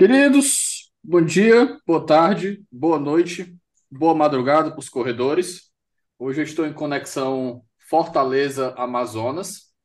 Queridos, bom dia, boa tarde, boa noite, boa madrugada para os corredores. Hoje eu estou em conexão Fortaleza-Amazonas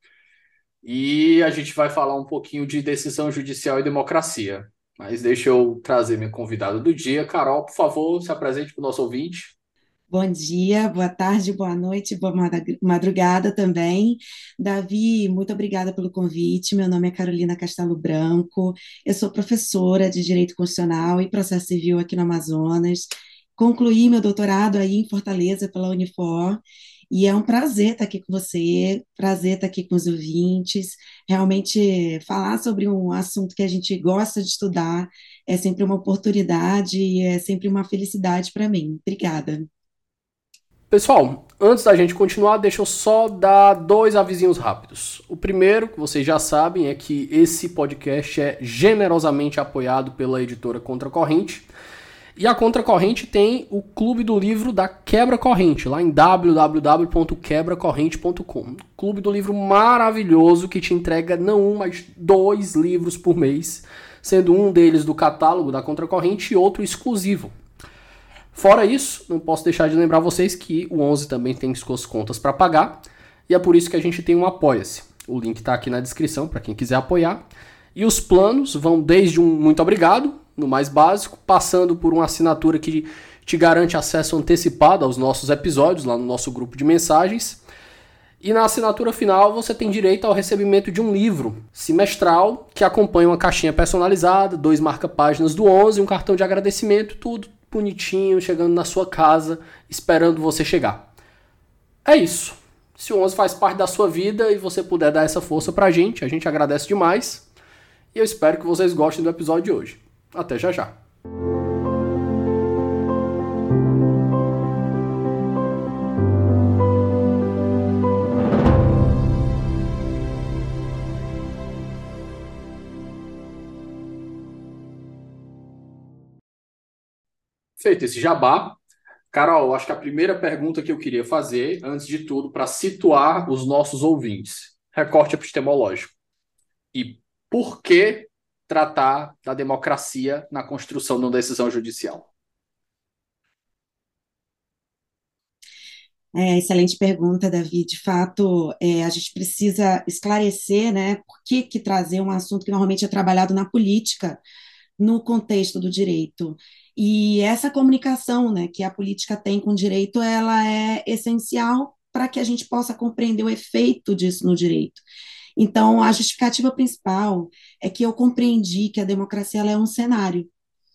e a gente vai falar um pouquinho de decisão judicial e democracia. Mas deixa eu trazer minha convidada do dia. Carol, por favor, se apresente para o nosso ouvinte. Bom dia, boa tarde, boa noite, boa madrugada também. Davi, muito obrigada pelo convite. Meu nome é Carolina Castelo Branco. Eu sou professora de Direito Constitucional e Processo Civil aqui no Amazonas. Concluí meu doutorado aí em Fortaleza pela Unifor. E é um prazer estar aqui com você, prazer estar aqui com os ouvintes. Realmente falar sobre um assunto que a gente gosta de estudar é sempre uma oportunidade e é sempre uma felicidade para mim. Obrigada. Pessoal, antes da gente continuar, deixa eu só dar dois avisinhos rápidos. O primeiro, que vocês já sabem, é que esse podcast é generosamente apoiado pela editora Contracorrente. E a Contracorrente tem o Clube do Livro da Quebra Corrente, lá em www.quebracorrente.com. Clube do Livro maravilhoso que te entrega não um, mas dois livros por mês, sendo um deles do catálogo da Contracorrente e outro exclusivo. Fora isso, não posso deixar de lembrar vocês que o 11 também tem suas contas para pagar, e é por isso que a gente tem um Apoia-se. O link está aqui na descrição para quem quiser apoiar. E os planos vão desde um muito obrigado, no mais básico, passando por uma assinatura que te garante acesso antecipado aos nossos episódios lá no nosso grupo de mensagens. E na assinatura final você tem direito ao recebimento de um livro semestral que acompanha uma caixinha personalizada, dois marca-páginas do 11, um cartão de agradecimento, tudo bonitinho, chegando na sua casa, esperando você chegar. É isso. Se o 11 faz parte da sua vida e você puder dar essa força pra gente, a gente agradece demais. E eu espero que vocês gostem do episódio de hoje. Até já já. Feito esse jabá, Carol, acho que a primeira pergunta que eu queria fazer, antes de tudo, para situar os nossos ouvintes, recorte epistemológico. E por que tratar da democracia na construção de uma decisão judicial? Excelente pergunta, Davi. De fato, a gente precisa esclarecer, né, por que trazer um assunto que normalmente é trabalhado na política, no contexto do direito. E essa comunicação, né, que a política tem com o direito, ela é essencial para que a gente possa compreender o efeito disso no direito. Então, a justificativa principal é que eu compreendi que a democracia ela é um cenário.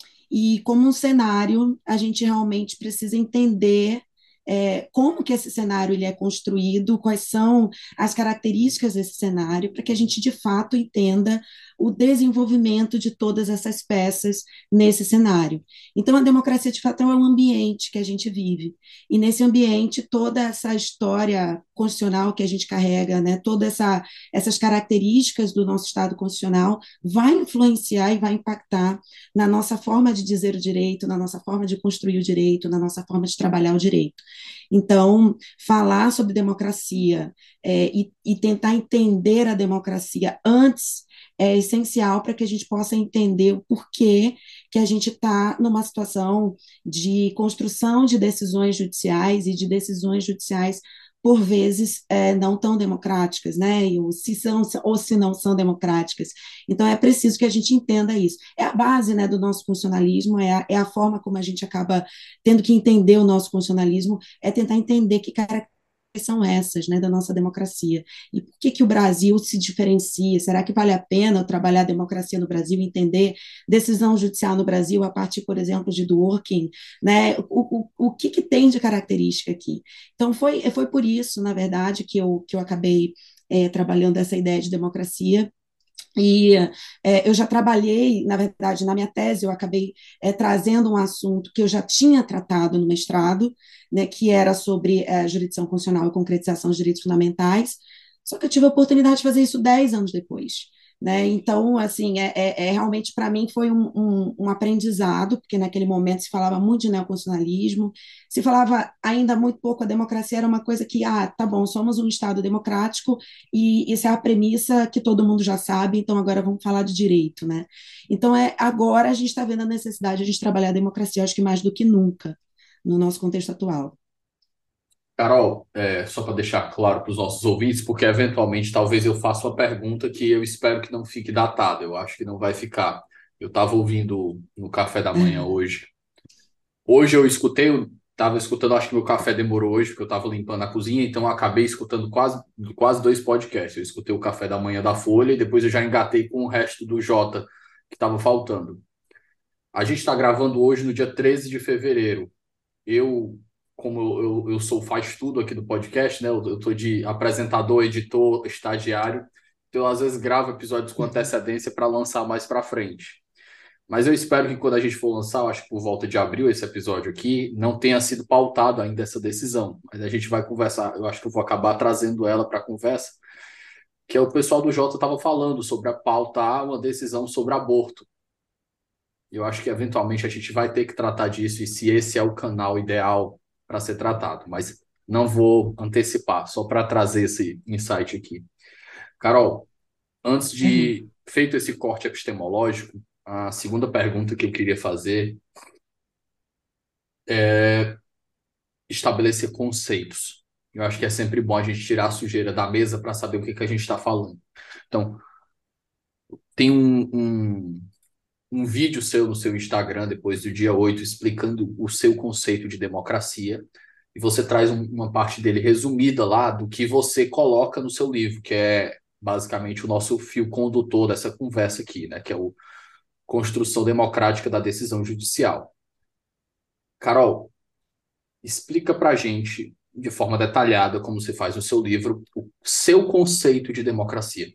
E como um cenário, a gente realmente precisa entender como que esse cenário ele é construído, quais são as características desse cenário, para que a gente de fato entenda o desenvolvimento de todas essas peças nesse cenário. Então, a democracia de fato é um ambiente que a gente vive, e nesse ambiente toda essa história constitucional que a gente carrega, né, essas características do nosso Estado constitucional vai influenciar e vai impactar na nossa forma de dizer o direito, na nossa forma de construir o direito, na nossa forma de trabalhar o direito. Então, falar sobre democracia e tentar entender a democracia antes é essencial para que a gente possa entender o porquê que a gente está numa situação de construção de decisões judiciais e de decisões judiciais por vezes não tão democráticas, né? Ou se são ou se não são democráticas. Então é preciso que a gente entenda isso. É a base, né, do nosso funcionalismo, é a forma como a gente acaba tendo que entender o nosso funcionalismo, é tentar entender que características são essas, né, da nossa democracia. E por que que o Brasil se diferencia? Será que vale a pena eu trabalhar a democracia no Brasil, entender decisão judicial no Brasil a partir, por exemplo, de Dworkin, né? O que que tem de característica aqui? Então foi por isso, na verdade, que eu acabei trabalhando essa ideia de democracia e eu já trabalhei, na verdade, na minha tese, eu acabei trazendo um assunto que eu já tinha tratado no mestrado, né, que era sobre jurisdição constitucional e concretização dos direitos fundamentais, só que eu tive a oportunidade de fazer isso 10 anos depois. né? Então, assim, realmente para mim foi um aprendizado, porque naquele momento se falava muito de neoconstitucionalismo, se falava ainda muito pouco, a democracia era uma coisa que, tá bom, somos um Estado democrático e isso é a premissa que todo mundo já sabe, então agora vamos falar de direito, né? Então, agora a gente está vendo a necessidade de a gente trabalhar a democracia, acho que mais do que nunca, no nosso contexto atual. Carol, só para deixar claro para os nossos ouvintes, porque eventualmente talvez eu faça uma pergunta que eu espero que não fique datada, eu acho que não vai ficar. Eu estava ouvindo no café da manhã hoje. Hoje eu escutei, eu estava escutando, acho que meu café demorou hoje, porque eu estava limpando a cozinha, então eu acabei escutando quase dois podcasts. Eu escutei o café da manhã da Folha e depois eu já engatei com o resto do Jota que estava faltando. A gente está gravando hoje no dia 13 de fevereiro. Eu, como eu sou faz tudo aqui do podcast, né? Eu tô de apresentador, editor, estagiário. Então, às vezes, gravo episódios com antecedência para lançar mais para frente. Mas eu espero que quando a gente for lançar, eu acho que por volta de abril, esse episódio aqui, não tenha sido pautado ainda essa decisão. Mas a gente vai conversar, eu acho que eu vou acabar trazendo ela para a conversa, que é o pessoal do Jota estava falando sobre a pautar uma decisão sobre aborto. Eu acho que eventualmente a gente vai ter que tratar disso e se esse é o canal ideal para ser tratado, mas não vou antecipar, só para trazer esse insight aqui. Carol, antes Uhum. de feito esse corte epistemológico, a segunda pergunta que eu queria fazer é estabelecer conceitos. Eu acho que é sempre bom a gente tirar a sujeira da mesa para saber o que que a gente está falando. Então, tem um vídeo seu no seu Instagram depois do dia 8 explicando o seu conceito de democracia. E você traz uma parte dele resumida lá do que você coloca no seu livro, que é basicamente o nosso fio condutor dessa conversa aqui, né? Que é o Construção Democrática da Decisão Judicial. Carol, explica pra gente, de forma detalhada, como você faz no seu livro, o seu conceito de democracia.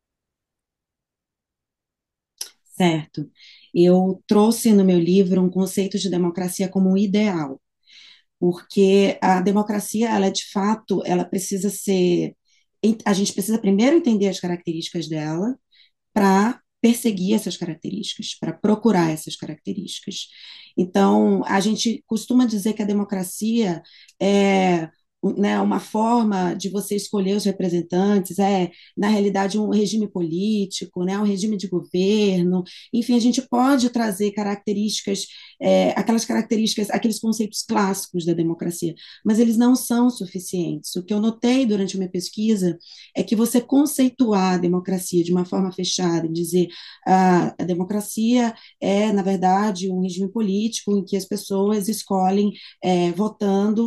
Certo. Eu trouxe no meu livro um conceito de democracia como um ideal, porque a democracia, ela de fato, ela precisa ser, a gente precisa primeiro entender as características dela para perseguir essas características, para procurar essas características. Então, a gente costuma dizer que a democracia é, né, uma forma de você escolher os representantes, na realidade, um regime político, né, um regime de governo. Enfim, a gente pode trazer características, aquelas características, aqueles conceitos clássicos da democracia, mas eles não são suficientes. O que eu notei durante a minha pesquisa é que você conceituar a democracia de uma forma fechada, e dizer a democracia é, na verdade, um regime político em que as pessoas escolhem votando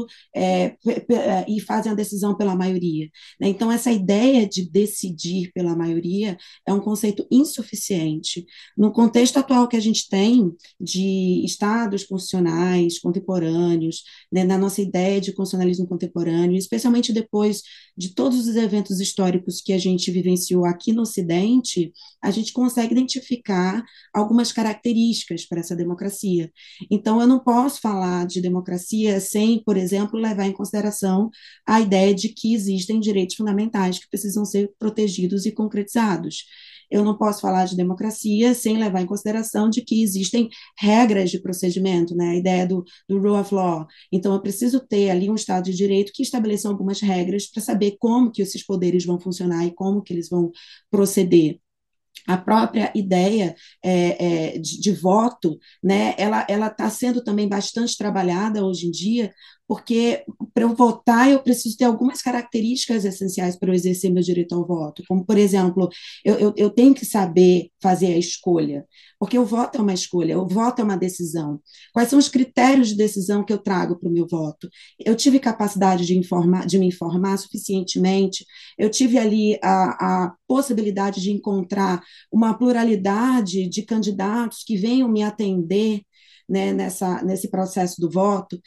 e fazem a decisão pela maioria. Né? Então, essa ideia de decidir pela maioria é um conceito insuficiente. No contexto atual que a gente tem de estados constitucionais contemporâneos, né, na nossa ideia de constitucionalismo contemporâneo, especialmente depois de todos os eventos históricos que a gente vivenciou aqui no Ocidente, a gente consegue identificar algumas características para essa democracia. Então, eu não posso falar de democracia sem, por exemplo, levar em consideração a ideia de que existem direitos fundamentais que precisam ser protegidos e concretizados. Eu não posso falar de democracia sem levar em consideração de que existem regras de procedimento, né? A ideia do rule of law. Então, eu preciso ter ali um Estado de Direito que estabeleça algumas regras para saber como que esses poderes vão funcionar e como que eles vão proceder. A própria ideia de voto, né, ela está sendo também bastante trabalhada hoje em dia, porque para eu votar eu preciso ter algumas características essenciais para eu exercer meu direito ao voto, como, por exemplo, eu tenho que saber fazer a escolha, porque o voto é uma escolha, o voto é uma decisão. Quais são os critérios de decisão que eu trago para o meu voto? Eu tive capacidade de me informar suficientemente, eu tive ali a possibilidade de encontrar uma pluralidade de candidatos que venham me atender, né, nesse processo do voto.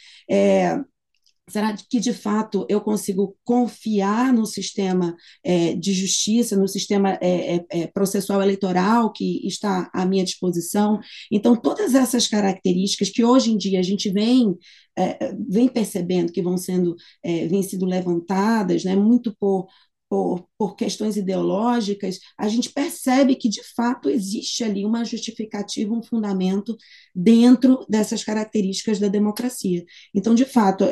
Será que, de fato, eu consigo confiar no sistema de justiça, no sistema processual eleitoral que está à minha disposição? Então, todas essas características que hoje em dia a gente vem percebendo que vêm sendo levantadas, né, muito por questões ideológicas, a gente percebe que, de fato, existe ali uma justificativa, um fundamento dentro dessas características da democracia. Então, de fato,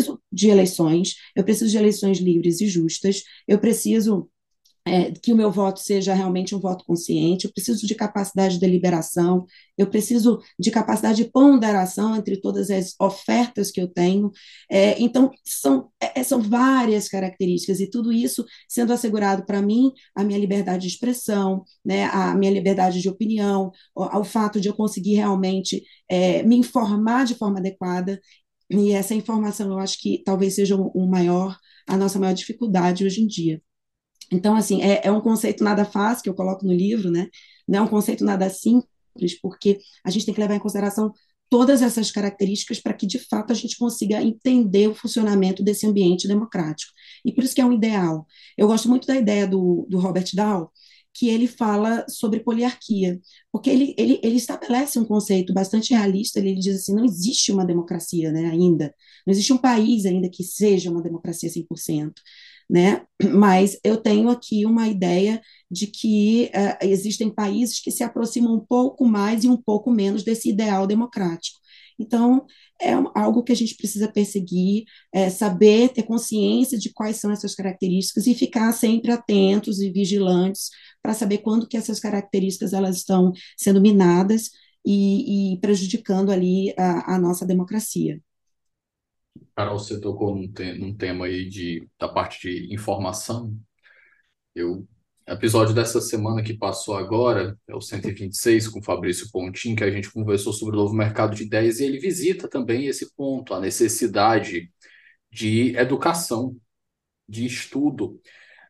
eu preciso de eleições livres e justas, eu preciso que o meu voto seja realmente um voto consciente, eu preciso de capacidade de deliberação, eu preciso de capacidade de ponderação entre todas as ofertas que eu tenho. Então, são várias características, e tudo isso sendo assegurado para mim, a minha liberdade de expressão, né, a minha liberdade de opinião, ao fato de eu conseguir realmente me informar de forma adequada, e essa informação eu acho que talvez seja a nossa maior dificuldade hoje em dia. Então, assim, é um conceito nada fácil que eu coloco no livro, né? Não é um conceito nada simples, porque a gente tem que levar em consideração todas essas características para que, de fato, a gente consiga entender o funcionamento desse ambiente democrático. E por isso que é um ideal. Eu gosto muito da ideia do Robert Dahl, que ele fala sobre poliarquia, porque ele estabelece um conceito bastante realista, ele diz assim, não existe uma democracia, né, ainda, não existe um país ainda que seja uma democracia 100%, né? Mas eu tenho aqui uma ideia de que existem países que se aproximam um pouco mais e um pouco menos desse ideal democrático. Então, algo que a gente precisa perseguir, saber, ter consciência de quais são essas características e ficar sempre atentos e vigilantes para saber quando que essas características elas estão sendo minadas e prejudicando ali a nossa democracia. Carol, você tocou num tema aí da parte de informação. Eu, episódio dessa semana que passou agora, é o 126 com o Fabrício Pontin, que a gente conversou sobre o novo mercado de ideias, e ele visita também esse ponto, a necessidade de educação, de estudo,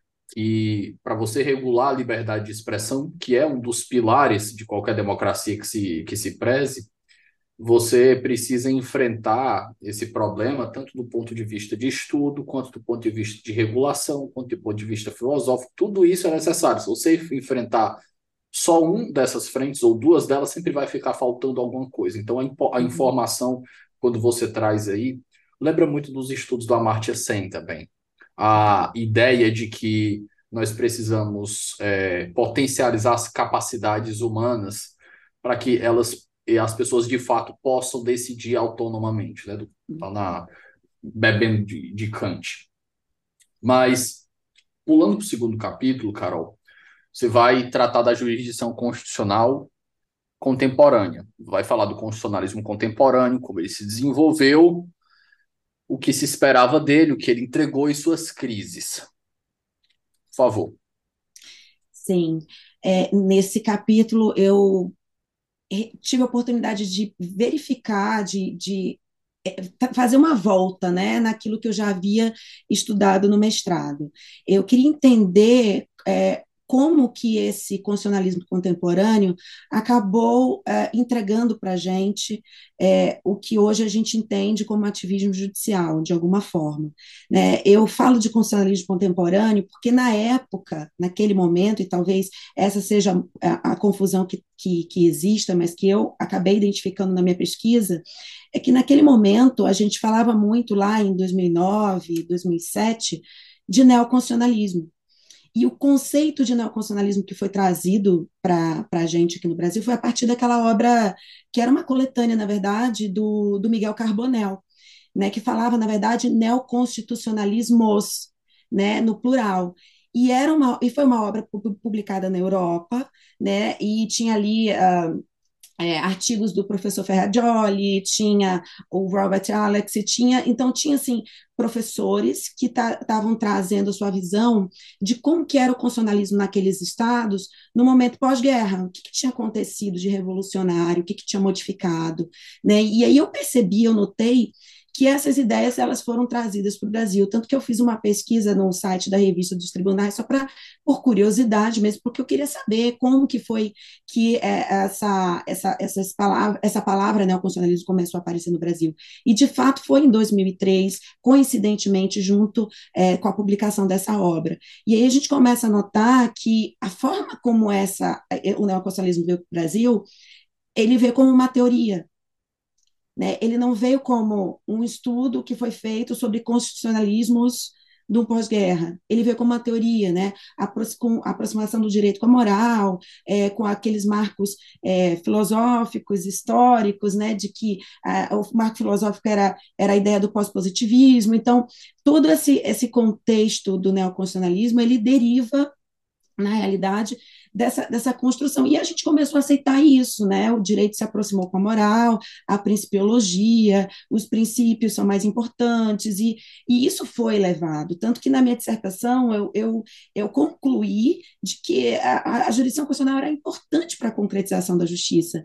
e para você regular a liberdade de expressão, que é um dos pilares de qualquer democracia que se preze, você precisa enfrentar esse problema tanto do ponto de vista de estudo, quanto do ponto de vista de regulação, quanto do ponto de vista filosófico. Tudo isso é necessário. Se você enfrentar só um dessas frentes ou duas delas, sempre vai ficar faltando alguma coisa. Então, a Uhum, informação, quando você traz aí, lembra muito dos estudos do Amartya Sen também. A ideia de que nós precisamos potencializar as capacidades humanas para que elas e as pessoas de fato possam decidir autonomamente, né? Tá bebendo de Kant. Mas, pulando para o segundo capítulo, Carol, você vai tratar da jurisdição constitucional contemporânea. Vai falar do constitucionalismo contemporâneo, como ele se desenvolveu, o que se esperava dele, o que ele entregou e suas crises. Por favor. sim. Nesse capítulo eu tive a oportunidade de verificar, fazer uma volta, né, naquilo que eu já havia estudado no mestrado. Eu queria entender como que esse constitucionalismo contemporâneo acabou entregando para a gente o que hoje a gente entende como ativismo judicial, de alguma forma. Né? Eu falo de constitucionalismo contemporâneo porque, na época, naquele momento, e talvez essa seja a confusão que exista, mas que eu acabei identificando na minha pesquisa, é que naquele momento a gente falava muito lá em 2009, 2007, de neoconstitucionalismo. E o conceito de neoconstitucionalismo que foi trazido para a gente aqui no Brasil foi a partir daquela obra, que era uma coletânea, na verdade, do Miguel Carbonell, né, que falava, na verdade, neoconstitucionalismos, né, no plural. E foi uma obra publicada na Europa, né, e tinha ali artigos do professor Ferrajoli, tinha o Robert Alex, então tinha assim professores que estavam trazendo a sua visão de como que era o constitucionalismo naqueles estados no momento pós-guerra, o que tinha acontecido de revolucionário, o que tinha modificado, né? E aí eu notei que essas ideias elas foram trazidas para o Brasil, tanto que eu fiz uma pesquisa no site da Revista dos Tribunais só para por curiosidade mesmo, porque eu queria saber como que foi que essa palavra, né, o constitucionalismo começou a aparecer no Brasil. E, de fato, foi em 2003, coincidentemente, junto com a publicação dessa obra. E aí a gente começa a notar que a forma como o neoconstitucionalismo veio para o Brasil, ele veio como uma teoria, né? Ele não veio como um estudo que foi feito sobre constitucionalismos do pós-guerra. Ele veio como uma teoria, né? Com a aproximação do direito com a moral, com aqueles marcos filosóficos, históricos, né? De que o marco filosófico era a ideia do pós-positivismo. Então, todo esse contexto do neoconstitucionalismo, ele deriva na realidade, dessa construção. E a gente começou a aceitar isso, né? O direito se aproximou com a moral, a principiologia, os princípios são mais importantes, e isso foi levado. Tanto que na minha dissertação eu concluí de que a jurisdição constitucional era importante para a concretização da justiça.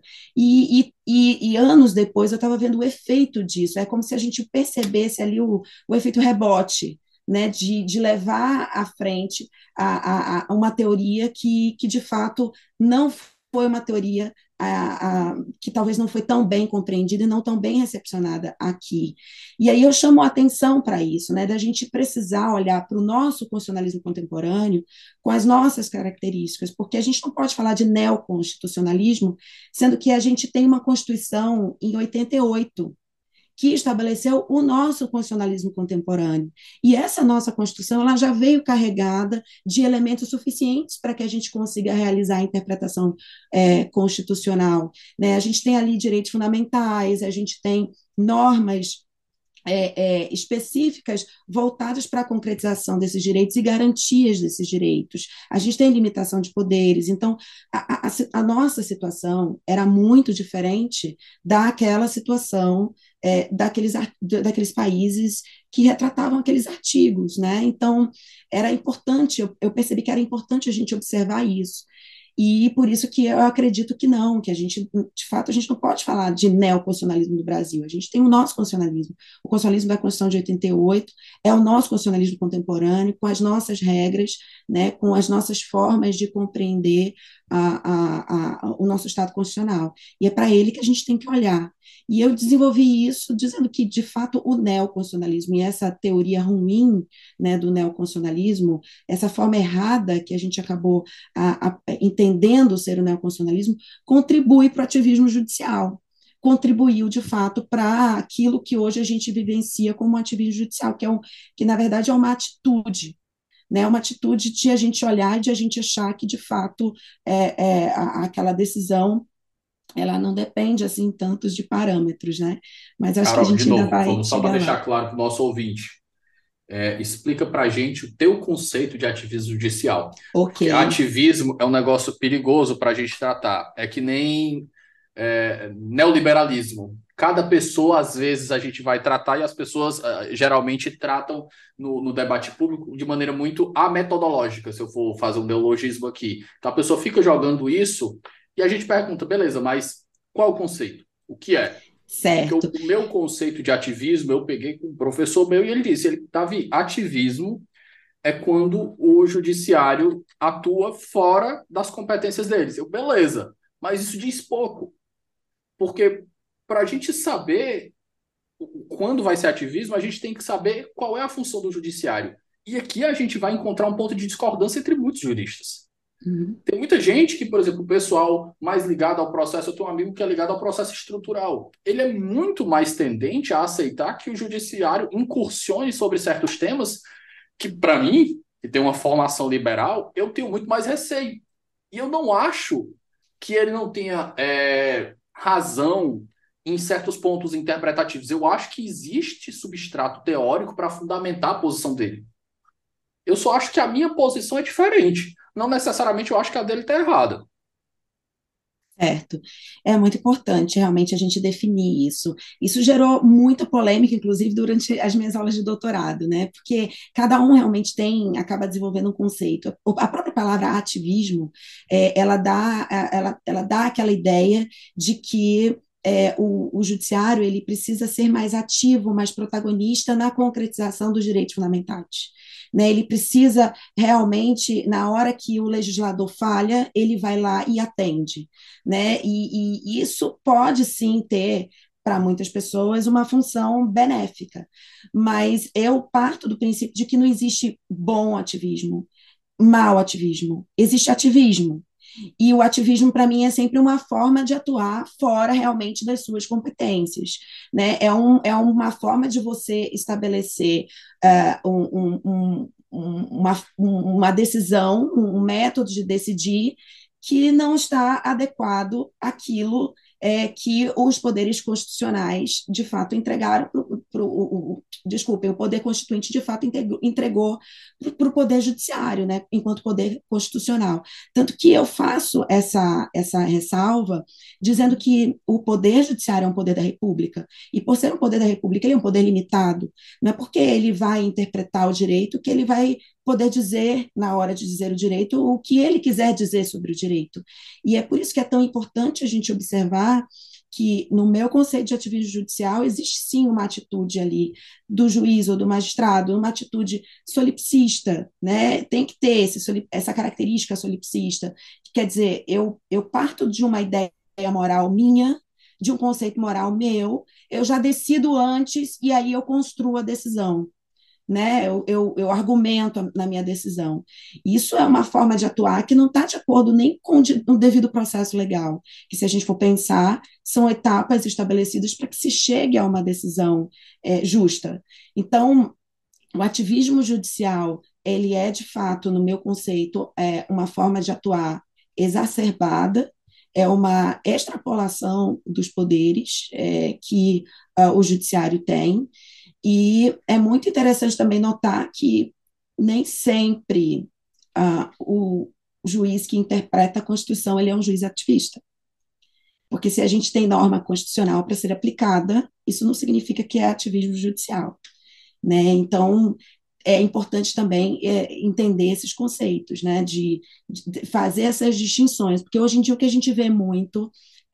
E anos depois eu estava vendo o efeito disso. É como se a gente percebesse ali o efeito rebote, né, de levar à frente a uma teoria que, de fato, não foi uma teoria que talvez não foi tão bem compreendida e não tão bem recepcionada aqui. E aí eu chamo a atenção para isso, né, da gente precisar olhar para o nosso constitucionalismo contemporâneo com as nossas características, porque a gente não pode falar de neoconstitucionalismo, sendo que a gente tem uma Constituição em 88, que estabeleceu o nosso constitucionalismo contemporâneo. E essa nossa Constituição ela já veio carregada de elementos suficientes para que a gente consiga realizar a interpretação constitucional. Né? A gente tem ali direitos fundamentais, a gente tem normas específicas voltadas para a concretização desses direitos e garantias desses direitos. A gente tem limitação de poderes, então a nossa situação era muito diferente daquela situação daqueles países que retratavam aqueles artigos, né? Então era importante, eu percebi que era importante a gente observar isso. E por isso que eu acredito que não, que a gente, de fato, a gente não pode falar de neoconstitucionalismo do Brasil. A gente tem o nosso constitucionalismo. O constitucionalismo da Constituição de 88 é o nosso constitucionalismo contemporâneo, com as nossas regras, né, com as nossas formas de compreender o nosso Estado constitucional. E é para ele que a gente tem que olhar. E eu desenvolvi isso dizendo que, de fato, o neoconstitucionalismo e essa teoria ruim, né, do neoconstitucionalismo, essa forma errada que a gente acabou entendendo ser o neoconstitucionalismo, contribui para o ativismo judicial, contribuiu de fato para aquilo que hoje a gente vivencia como um ativismo judicial, que na verdade é uma atitude, né, uma atitude de a gente olhar e de a gente achar que de fato aquela decisão ela não depende assim tantos de parâmetros, né? Mas acho que a Carol, de gente ainda novo, vai vamos só para chegar lá. deixar claro para o nosso ouvinte. Explica para a gente o teu conceito de ativismo judicial. Ok, Porque ativismo é um negócio perigoso para a gente tratar. É que nem neoliberalismo. Cada pessoa, às vezes, a gente vai tratar e as pessoas geralmente tratam no debate público de maneira muito ametodológica, se eu for fazer um neologismo aqui. Então a pessoa fica jogando isso e a gente pergunta, beleza, mas qual é o conceito? O que é? Porque certo. o meu conceito de ativismo eu peguei com um professor meu e ele disse, Davi, ativismo é quando o judiciário atua fora das competências deles. Eu, beleza, mas isso diz pouco. Porque para a gente saber quando vai ser ativismo, a gente tem que saber qual é a função do judiciário. E aqui a gente vai encontrar um ponto de discordância entre muitos juristas. Uhum. Tem muita gente que, por exemplo, o pessoal mais ligado ao processo, eu tenho um amigo que é ligado ao processo estrutural. Ele é muito mais tendente a aceitar que o judiciário incursione sobre certos temas que, para mim, que tem uma formação liberal, eu tenho muito mais receio. E eu não acho que ele não tenha razão em certos pontos interpretativos. Eu acho que existe substrato teórico para fundamentar a posição dele. Eu só acho que a minha posição é diferente. Não necessariamente eu acho que a dele está errada. Certo. É muito importante realmente a gente definir isso. Isso gerou muita polêmica, inclusive, durante as minhas aulas de doutorado, né? Porque cada um realmente acaba desenvolvendo um conceito. A própria palavra ativismo, ela dá aquela ideia de que o judiciário ele precisa ser mais ativo, mais protagonista na concretização dos direitos fundamentais. Né? Ele precisa realmente, na hora que o legislador falha, ele vai lá e atende, né? E isso pode sim ter para muitas pessoas uma função benéfica, mas eu parto do princípio de que não existe bom ativismo, mau ativismo, existe ativismo. E o ativismo, para mim, é sempre uma forma de atuar fora realmente das suas competências, né? É uma forma de você estabelecer uma decisão, um método de decidir que não está adequado àquilo que os poderes constitucionais de fato entregaram desculpem, o poder constituinte de fato entregou para o poder judiciário, né, enquanto poder constitucional. Tanto que eu faço essa ressalva dizendo que o poder judiciário é um poder da República, e por ser um poder da República, ele é um poder limitado. Não é porque ele vai interpretar o direito que ele vai poder dizer, na hora de dizer o direito, o que ele quiser dizer sobre o direito. E é por isso que é tão importante a gente observar que, no meu conceito de ativismo judicial, existe sim uma atitude ali do juiz ou do magistrado, uma atitude solipsista, né? Tem que ter essa característica solipsista, que quer dizer, eu parto de uma ideia moral minha, de um conceito moral meu, eu já decido antes e aí eu construo a decisão, né? Eu argumento na minha decisão. Isso é uma forma de atuar que não está de acordo nem com o devido processo legal, que se a gente for pensar, são etapas estabelecidas para que se chegue a uma decisão justa. Então, o ativismo judicial, ele é, de fato, no meu conceito, uma forma de atuar exacerbada, é uma extrapolação dos poderes que o judiciário tem, e é muito interessante também notar que nem sempre o juiz que interpreta a Constituição ele é um juiz ativista. Porque se a gente tem norma constitucional para ser aplicada, isso não significa que é ativismo judicial, né? Então, é importante também entender esses conceitos, né? De fazer essas distinções, porque hoje em dia o que a gente vê muito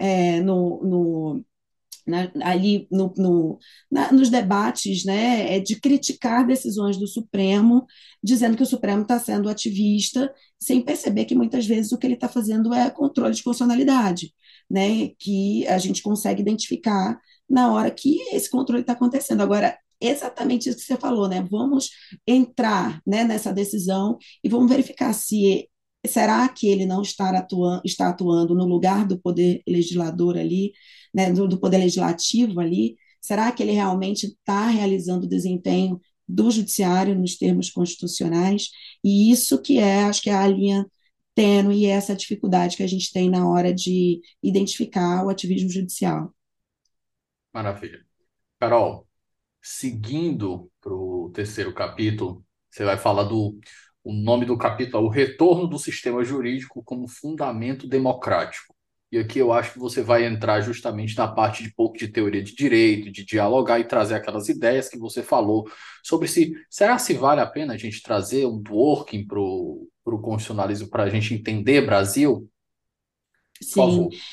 ali nos debates, né, é de criticar decisões do Supremo, dizendo que o Supremo está sendo ativista, sem perceber que muitas vezes o que ele está fazendo é controle de constitucionalidade, né, que a gente consegue identificar na hora que esse controle está acontecendo. Agora, exatamente isso que você falou, né? Vamos entrar, né, nessa decisão e vamos verificar se será que ele não está atuando no lugar do poder legislador ali, né, do poder legislativo ali? Será que ele realmente está realizando o desempenho do judiciário nos termos constitucionais? E isso que acho que é a linha tênue e essa dificuldade que a gente tem na hora de identificar o ativismo judicial. Maravilha. Carol, seguindo para o terceiro capítulo, você vai falar o nome do capítulo é O Retorno do Sistema Jurídico como Fundamento Democrático. E aqui eu acho que você vai entrar justamente na parte de pouco de teoria de direito, de dialogar e trazer aquelas ideias que você falou sobre se será se vale a pena a gente trazer um working para o constitucionalismo para a gente entender Brasil? Por Sim, favor.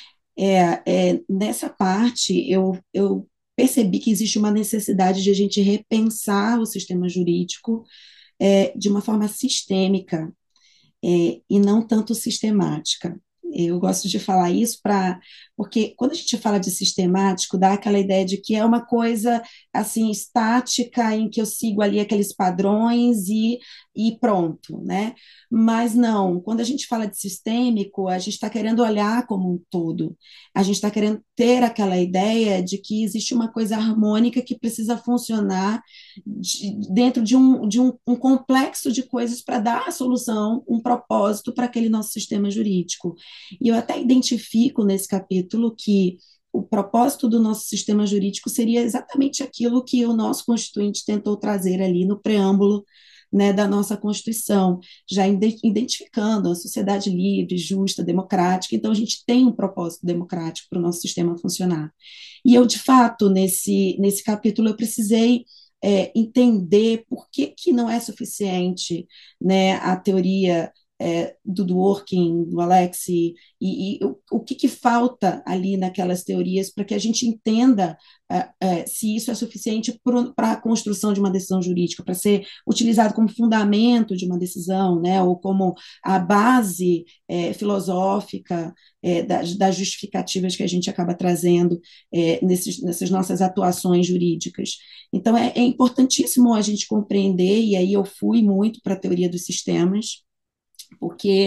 nessa parte eu percebi que existe uma necessidade de a gente repensar o sistema jurídico de uma forma sistêmica, e não tanto sistemática. Eu gosto de falar isso porque quando a gente fala de sistemático, dá aquela ideia de que é uma coisa assim estática em que eu sigo ali aqueles padrões e pronto, né? Mas não, quando a gente fala de sistêmico, a gente está querendo olhar como um todo, a gente está querendo ter aquela ideia de que existe uma coisa harmônica que precisa funcionar dentro de um complexo de coisas para dar a solução, um propósito para aquele nosso sistema jurídico. E eu até identifico nesse capítulo que o propósito do nosso sistema jurídico seria exatamente aquilo que o nosso Constituinte tentou trazer ali no preâmbulo, né, da nossa Constituição, já identificando a sociedade livre, justa, democrática. Então, a gente tem um propósito democrático para o nosso sistema funcionar. E eu, de fato, nesse capítulo, eu precisei entender por que não é suficiente, né, a teoria do Dworkin, do Alex, e o que falta ali naquelas teorias para que a gente entenda se isso é suficiente para a construção de uma decisão jurídica, para ser utilizado como fundamento de uma decisão, né, ou como a base filosófica das justificativas que a gente acaba trazendo nessas nossas atuações jurídicas. Então, é importantíssimo a gente compreender, e aí eu fui muito para a teoria dos sistemas, porque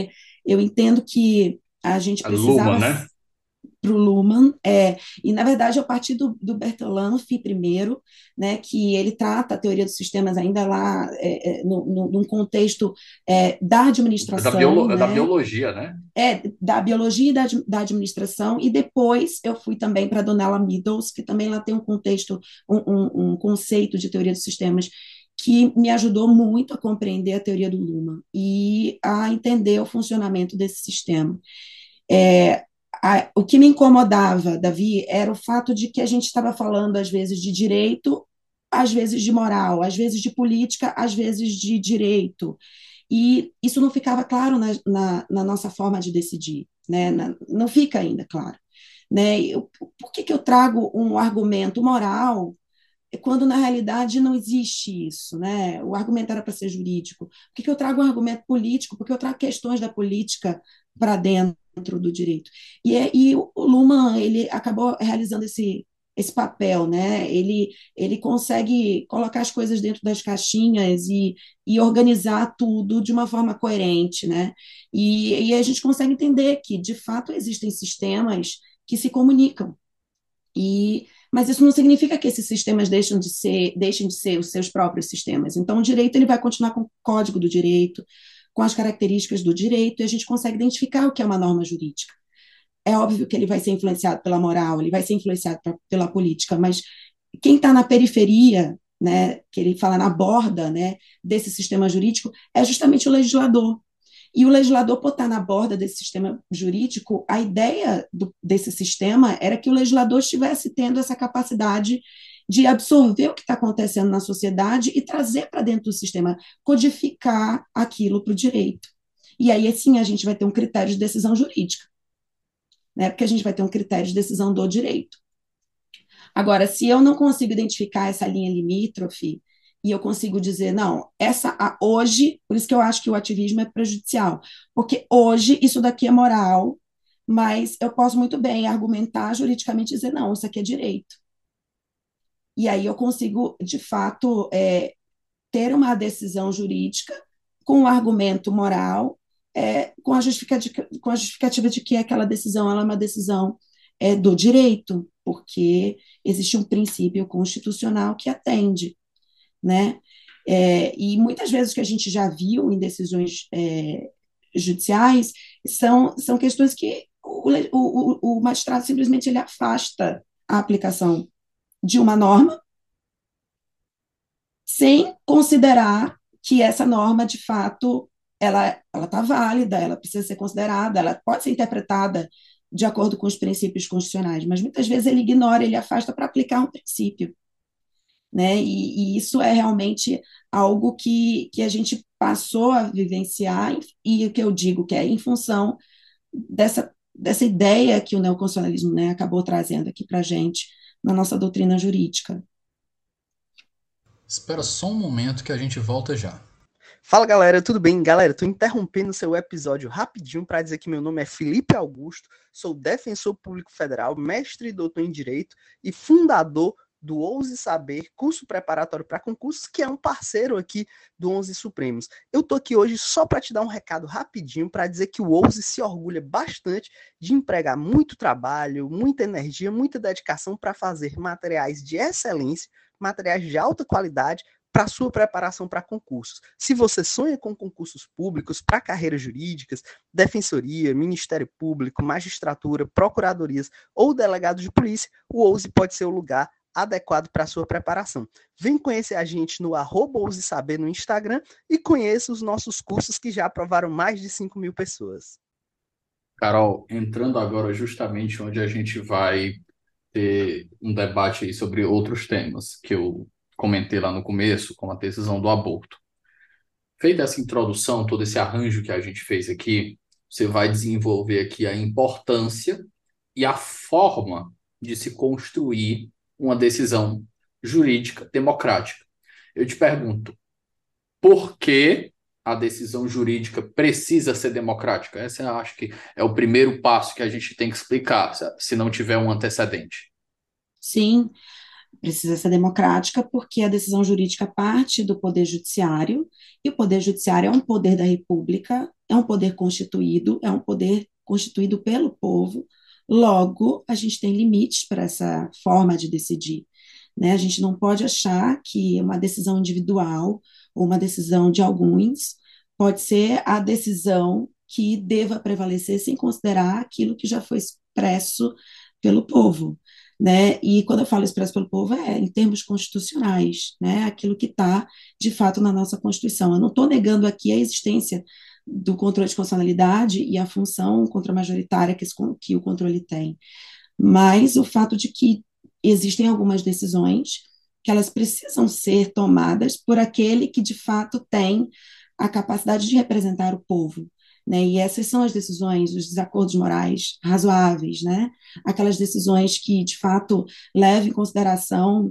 Eu entendo que a gente A Luma, precisava né? para o Luhmann, e na verdade eu parti do Bertalanffy primeiro, né, que ele trata a teoria dos sistemas ainda lá num contexto da administração, Da né, biologia, né? da biologia e da administração, e depois eu fui também para a Donella Meadows, que também lá tem um contexto, um conceito de teoria dos sistemas que me ajudou muito a compreender a teoria do Luhmann e a entender o funcionamento desse sistema. É, o que me incomodava, Davi, era o fato de que a gente estava falando, às vezes, de direito, às vezes de moral, às vezes de política, às vezes de direito. E isso não ficava claro na nossa forma de decidir, né? Não fica ainda claro. Né? Por que eu trago um argumento moral quando na realidade não existe isso, né? O argumento era para ser jurídico. Por que eu trago um argumento político? Porque eu trago questões da política para dentro do direito. E o Luhmann, ele acabou realizando esse papel, né? Ele consegue colocar as coisas dentro das caixinhas e organizar tudo de uma forma coerente, né? E a gente consegue entender que, de fato, existem sistemas que se comunicam, mas isso não significa que esses sistemas deixem de ser os seus próprios sistemas. Então, o direito ele vai continuar com o código do direito, com as características do direito, e a gente consegue identificar o que é uma norma jurídica. É óbvio que ele vai ser influenciado pela moral, ele vai ser influenciado pela política, mas quem está na periferia, né, que ele fala na borda, né, desse sistema jurídico, é justamente o legislador. E o legislador, por estar na borda desse sistema jurídico, a ideia desse sistema era que o legislador estivesse tendo essa capacidade de absorver o que está acontecendo na sociedade e trazer para dentro do sistema, codificar aquilo para o direito. E aí, sim, a gente vai ter um critério de decisão jurídica, né? Porque a gente vai ter um critério de decisão do direito. Agora, se eu não consigo identificar essa linha limítrofe, e eu consigo dizer, não, hoje, por isso que eu acho que o ativismo é prejudicial, porque hoje isso daqui é moral, mas eu posso muito bem argumentar juridicamente e dizer, não, isso aqui é direito. E aí eu consigo, de fato, ter uma decisão jurídica com um argumento moral, com a justificativa de que aquela decisão ela é uma decisão do direito, porque existe um princípio constitucional que atende, né? E muitas vezes o que a gente já viu em decisões judiciais são questões que o magistrado simplesmente ele afasta a aplicação de uma norma sem considerar que essa norma, de fato, ela está válida, ela precisa ser considerada, ela pode ser interpretada de acordo com os princípios constitucionais, mas muitas vezes ele ignora, ele afasta para aplicar um princípio, né? E isso é realmente algo que a gente passou a vivenciar, e o que eu digo que é em função dessa ideia que o neoconstitucionalismo, né, acabou trazendo aqui para a gente na nossa doutrina jurídica. Espera só um momento que a gente volta já. Fala galera, tudo bem? Galera, tô interrompendo seu episódio rapidinho para dizer que meu nome é Felipe Augusto, sou defensor público federal, mestre e doutor em Direito e fundador do Ouse Saber, curso preparatório para concursos, que é um parceiro aqui do 11 Supremos. Eu tô aqui hoje só para te dar um recado rapidinho para dizer que o Ouse se orgulha bastante de empregar muito trabalho, muita energia, muita dedicação para fazer materiais de excelência, materiais de alta qualidade para sua preparação para concursos. Se você sonha com concursos públicos para carreiras jurídicas, defensoria, Ministério Público, magistratura, procuradorias ou delegado de polícia, o Ouse pode ser o lugar adequado para sua preparação. Vem conhecer a gente no @ousesaber no Instagram e conheça os nossos cursos que já aprovaram mais de 5.000 pessoas. Carol, entrando agora justamente onde a gente vai ter um debate aí sobre outros temas que eu comentei lá no começo, como a decisão do aborto. Feita essa introdução, todo esse arranjo que a gente fez aqui, você vai desenvolver aqui a importância e a forma de se construir uma decisão jurídica democrática. Eu te pergunto, por que a decisão jurídica precisa ser democrática? Essa eu acho que é o primeiro passo que a gente tem que explicar, se não tiver um antecedente. Sim, Precisa ser democrática porque a decisão jurídica parte do Poder Judiciário, e o Poder Judiciário é um poder da República, é um poder constituído pelo povo, logo, a gente tem limites para essa forma de decidir, né? A gente não pode achar que uma decisão individual ou uma decisão de alguns pode ser a decisão que deva prevalecer sem considerar aquilo que já foi expresso pelo povo, né? E quando eu falo expresso pelo povo, é em termos constitucionais, né? Aquilo que está, de fato, na nossa Constituição. Eu não estou negando aqui a existência do controle de constitucionalidade e a função contra-majoritária que o controle tem, mas o fato de que existem algumas decisões que elas precisam ser tomadas por aquele que, de fato, tem a capacidade de representar o povo, né? E essas são as decisões, os desacordos morais razoáveis, né? Aquelas decisões que, de fato, levam em consideração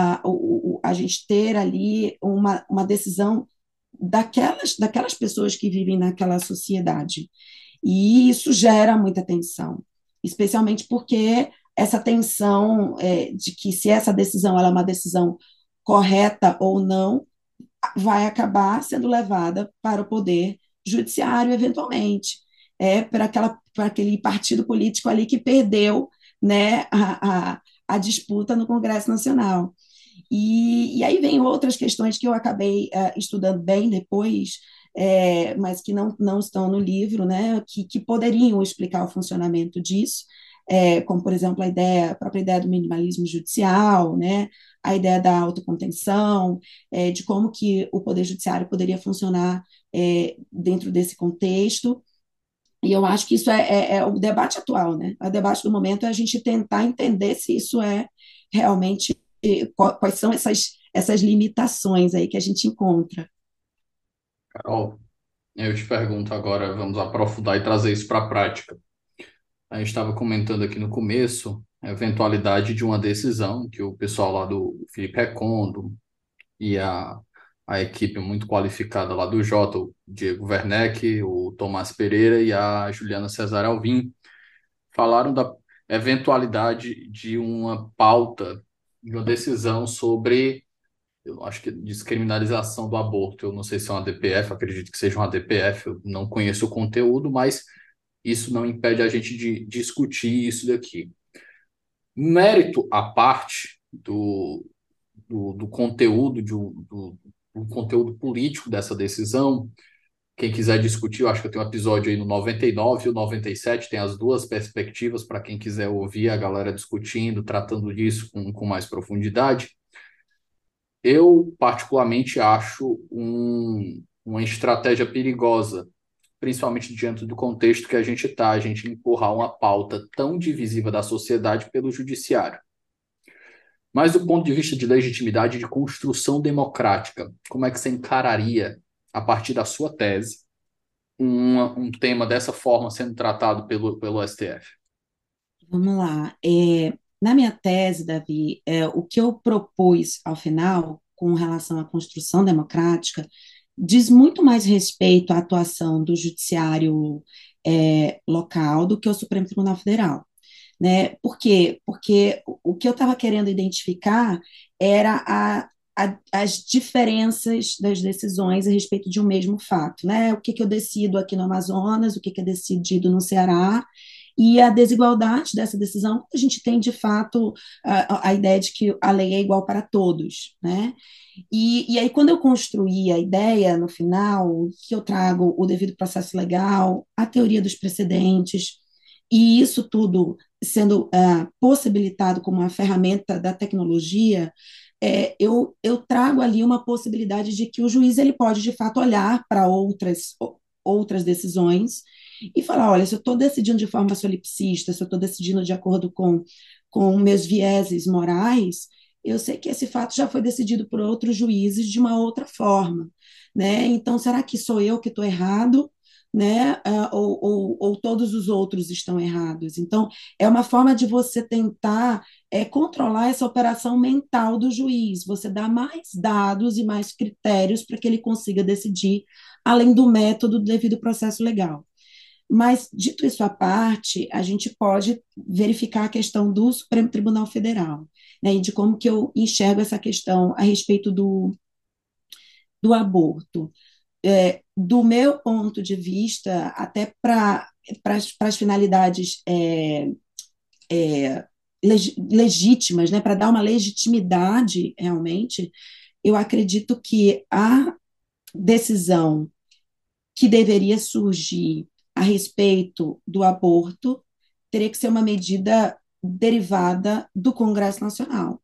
a gente ter ali uma decisão daquelas pessoas que vivem naquela sociedade. E isso gera muita tensão, especialmente porque essa tensão de que se essa decisão ela é uma decisão correta ou não, vai acabar sendo levada para o poder judiciário, eventualmente, para aquele partido político ali que perdeu, né, a disputa no Congresso Nacional. E aí vem outras questões que eu acabei estudando bem depois, mas que não estão no livro, né, que poderiam explicar o funcionamento disso, como, por exemplo, a própria ideia do minimalismo judicial, né, a ideia da autocontenção, de como que o Poder Judiciário poderia funcionar dentro desse contexto. E eu acho que isso é o debate atual, né? O debate do momento é a gente tentar entender se isso é realmente, quais são essas limitações aí que a gente encontra. Carol, eu te pergunto agora, vamos aprofundar e trazer isso para a prática. A gente estava comentando aqui no começo a eventualidade de uma decisão que o pessoal lá do Felipe Recondo e a equipe muito qualificada lá do Jota, o Diego Werneck, o Tomás Pereira e a Juliana Cesar Alvim, falaram da eventualidade de uma pauta, de uma decisão sobre, eu acho que descriminalização do aborto. Eu não sei se é uma DPF, acredito que seja uma DPF, eu não conheço o conteúdo, mas isso não impede a gente de discutir isso daqui. Mérito à parte do conteúdo, do conteúdo político dessa decisão, quem quiser discutir, eu acho que eu tenho um episódio aí no 99 e o 97, tem as duas perspectivas para quem quiser ouvir a galera discutindo, tratando disso com mais profundidade. Eu, particularmente, acho uma estratégia perigosa, principalmente diante do contexto que a gente está, a gente empurrar uma pauta tão divisiva da sociedade pelo judiciário. Mas do ponto de vista de legitimidade e de construção democrática, como é que você encararia, a partir da sua tese, um tema dessa forma sendo tratado pelo STF? Vamos lá. Na minha tese, Davi, o que eu propus ao final, com relação à construção democrática, diz muito mais respeito à atuação do judiciário local do que ao Supremo Tribunal Federal, né? Por quê? Porque o que eu estava querendo identificar era as diferenças das decisões a respeito de um mesmo fato, né? O que eu decido aqui no Amazonas, o que é decidido no Ceará, e a desigualdade dessa decisão, a gente tem, de fato, a ideia de que a lei é igual para todos, né? E aí, quando eu construí a ideia, no final, que eu trago o devido processo legal, a teoria dos precedentes, e isso tudo sendo possibilitado como uma ferramenta da tecnologia, eu trago ali uma possibilidade de que o juiz ele pode, de fato, olhar para outras decisões e falar, olha, se eu estou decidindo de forma solipsista, se eu estou decidindo de acordo com meus vieses morais, eu sei que esse fato já foi decidido por outros juízes de uma outra forma, né? Então, será que sou eu que estou errado, né? Ou todos os outros estão errados? Então, é uma forma de você tentar controlar essa operação mental do juiz, você dá mais dados e mais critérios para que ele consiga decidir, além do método do devido processo legal. Mas, dito isso à parte, a gente pode verificar a questão do Supremo Tribunal Federal. né, e de como que eu enxergo essa questão a respeito do aborto. Do meu ponto de vista, até para as finalidades legítimas, né, para dar uma legitimidade realmente, eu acredito que a decisão que deveria surgir a respeito do aborto teria que ser uma medida derivada do Congresso Nacional,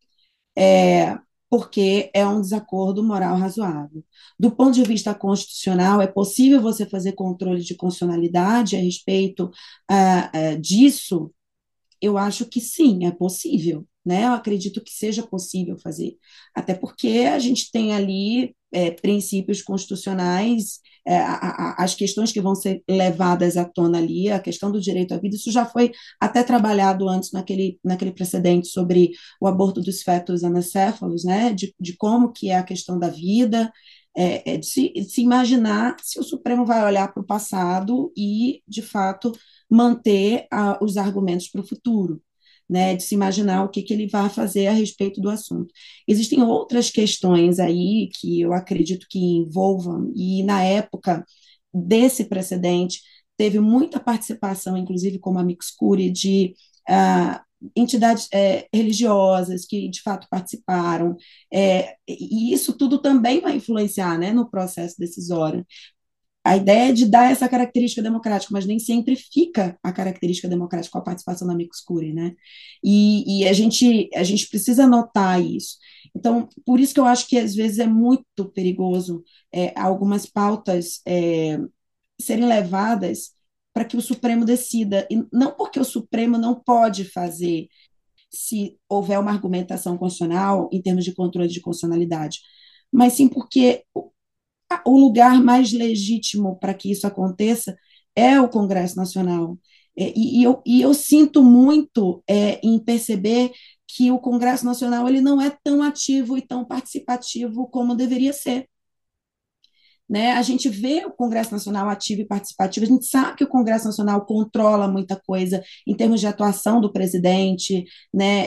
porque é um desacordo moral razoável. Do ponto de vista constitucional, é possível você fazer controle de constitucionalidade a respeito disso? Eu acho que sim, é possível, né? Eu acredito que seja possível fazer, até porque a gente tem ali princípios constitucionais, as questões que vão ser levadas à tona ali, a questão do direito à vida, isso já foi até trabalhado antes naquele precedente sobre o aborto dos fetos anacéfalos, né? De como que é a questão da vida, de se imaginar se o Supremo vai olhar para o passado e, de fato, manter os argumentos para o futuro, né, de se imaginar o que ele vai fazer a respeito do assunto. Existem outras questões aí que eu acredito que envolvam, e na época desse precedente, teve muita participação, inclusive como amicus curiae, de entidades religiosas que de fato participaram, e isso tudo também vai influenciar, né, no processo decisório. A ideia é de dar essa característica democrática, mas nem sempre fica a característica democrática com a participação da amicus curiae, né? E a gente precisa notar isso. Então, por isso que eu acho que às vezes é muito perigoso algumas pautas serem levadas para que o Supremo decida, e não porque o Supremo não pode fazer se houver uma argumentação constitucional em termos de controle de constitucionalidade, mas sim porque o lugar mais legítimo para que isso aconteça é o Congresso Nacional. E eu sinto muito em perceber que o Congresso Nacional ele não é tão ativo e tão participativo como deveria ser. Né? A gente vê o Congresso Nacional ativo e participativo, a gente sabe que o Congresso Nacional controla muita coisa em termos de atuação do presidente, né?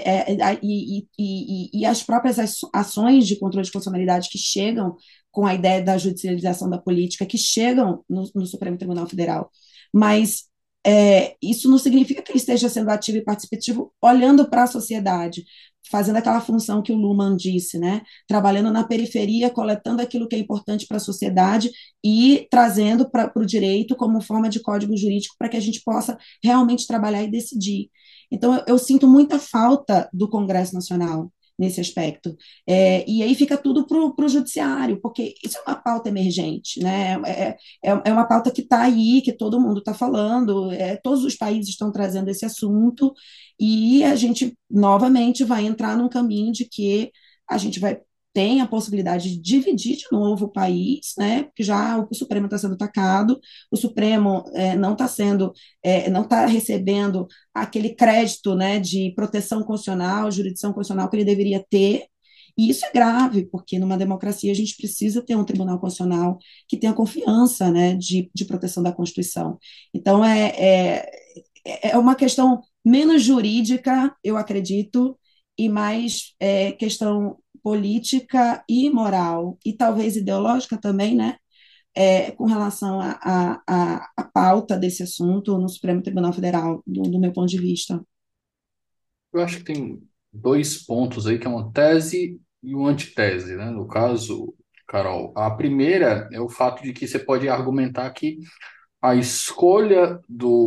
E as próprias ações de controle de constitucionalidade que chegam com a ideia da judicialização da política, que chegam no Supremo Tribunal Federal. Mas isso não significa que ele esteja sendo ativo e participativo olhando para a sociedade, fazendo aquela função que o Luhmann disse, né? Trabalhando na periferia, coletando aquilo que é importante para a sociedade e trazendo para o direito como forma de código jurídico para que a gente possa realmente trabalhar e decidir. Então, eu sinto muita falta do Congresso Nacional nesse aspecto. E aí fica tudo para o judiciário, porque isso é uma pauta emergente, né? É uma pauta que está aí, que todo mundo está falando, todos os países estão trazendo esse assunto, e a gente novamente vai entrar num caminho de que a gente tem a possibilidade de dividir de novo o país, né? Porque já o Supremo está sendo atacado, o Supremo não está recebendo aquele crédito, né, de proteção constitucional, jurisdição constitucional que ele deveria ter. E isso é grave, porque numa democracia a gente precisa ter um tribunal constitucional que tenha confiança, né, de proteção da Constituição. Então, é uma questão menos jurídica, eu acredito, e mais questão política e moral, e talvez ideológica também, né? Com relação à pauta desse assunto no Supremo Tribunal Federal, do meu ponto de vista. Eu acho que tem dois pontos aí, que é uma tese e uma antitese, né? No caso, Carol, a primeira é o fato de que você pode argumentar que a escolha